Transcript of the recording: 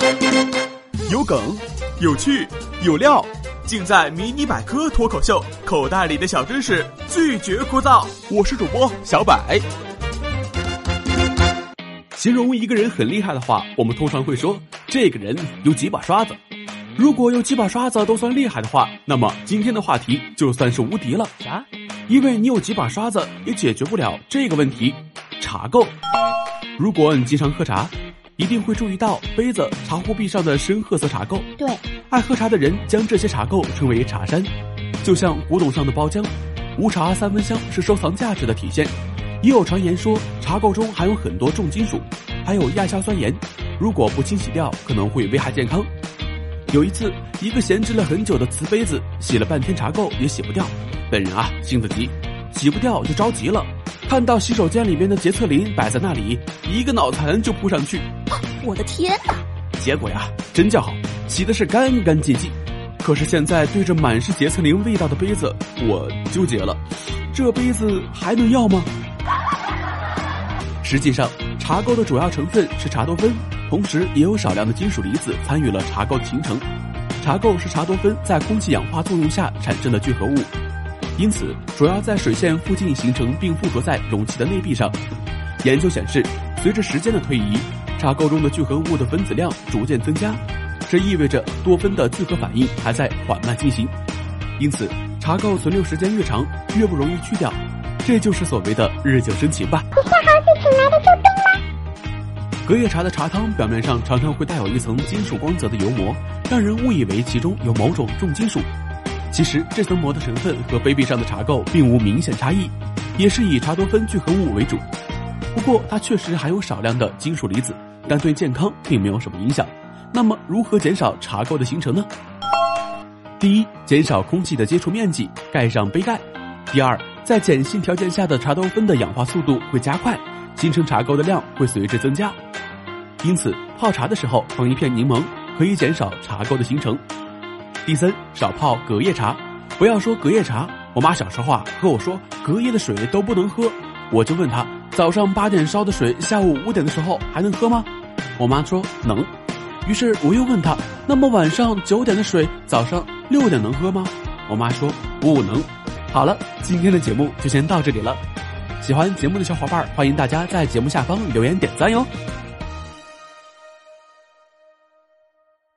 有梗，有趣，有料，尽在迷你百科脱口秀，口袋里的小知识拒绝枯燥。我是主播小百。形容一个人很厉害的话，我们通常会说这个人有几把刷子。如果有几把刷子都算厉害的话，那么今天的话题就算是无敌了。啥？因为你有几把刷子也解决不了这个问题，茶垢。如果你经常喝茶，一定会注意到杯子、茶壶壁上的深褐色茶垢。 对， 爱喝茶的人将这些茶垢称为茶山，就像古董上的包浆。无茶三分香是收藏价值的体现。也有传言说茶垢中含有很多重金属，还有亚硝酸盐，如果不清洗掉可能会危害健康。有一次，一个闲置了很久的瓷杯子，洗了半天茶垢也洗不掉。本人性子急，洗不掉就着急了，看到洗手间里面的洁厕灵摆在那里，一个脑残就扑上去。 我的天哪！ 结果真叫好，洗的是干干净净。可是现在对着满是洁厕灵味道的杯子，我纠结了，这杯子还能要吗？实际上，茶垢的主要成分是茶多酚，同时也有少量的金属离子参与了茶垢的形成。茶垢是茶多酚在空气氧化作用下产生的聚合物，因此主要在水线附近形成并附着在容器的内壁上。研究显示，随着时间的推移，茶垢中的聚合物的分子量逐渐增加，这意味着多酚的聚合反应还在缓慢进行，因此茶垢存留时间越长，越不容易去掉。这就是所谓的日久生情吧。 你下好子请来的就对了。 隔夜茶的茶汤表面上常常会带有一层金属光泽的油膜，让人误以为其中有某种重金属。其实这层膜的成分和杯壁上的茶垢并无明显差异，也是以茶多酚聚合物为主。不过它确实含有少量的金属离子，但对健康并没有什么影响。那么如何减少茶垢的形成呢？第一，减少空气的接触面积，盖上杯盖。第二，在碱性条件下的茶多酚的氧化速度会加快，形成茶垢的量会随之增加。因此泡茶的时候放一片柠檬，可以减少茶垢的形成。第三，少泡隔夜茶。不要说隔夜茶，我妈小时候和我说隔夜的水都不能喝，我就问她早上8点烧的水下午5点的时候还能喝吗？我妈说能。于是我又问她，那么晚上9点的水早上6点能喝吗？我妈说不能。好了，今天的节目就先到这里了。喜欢节目的小伙伴，欢迎大家在节目下方留言点赞哟。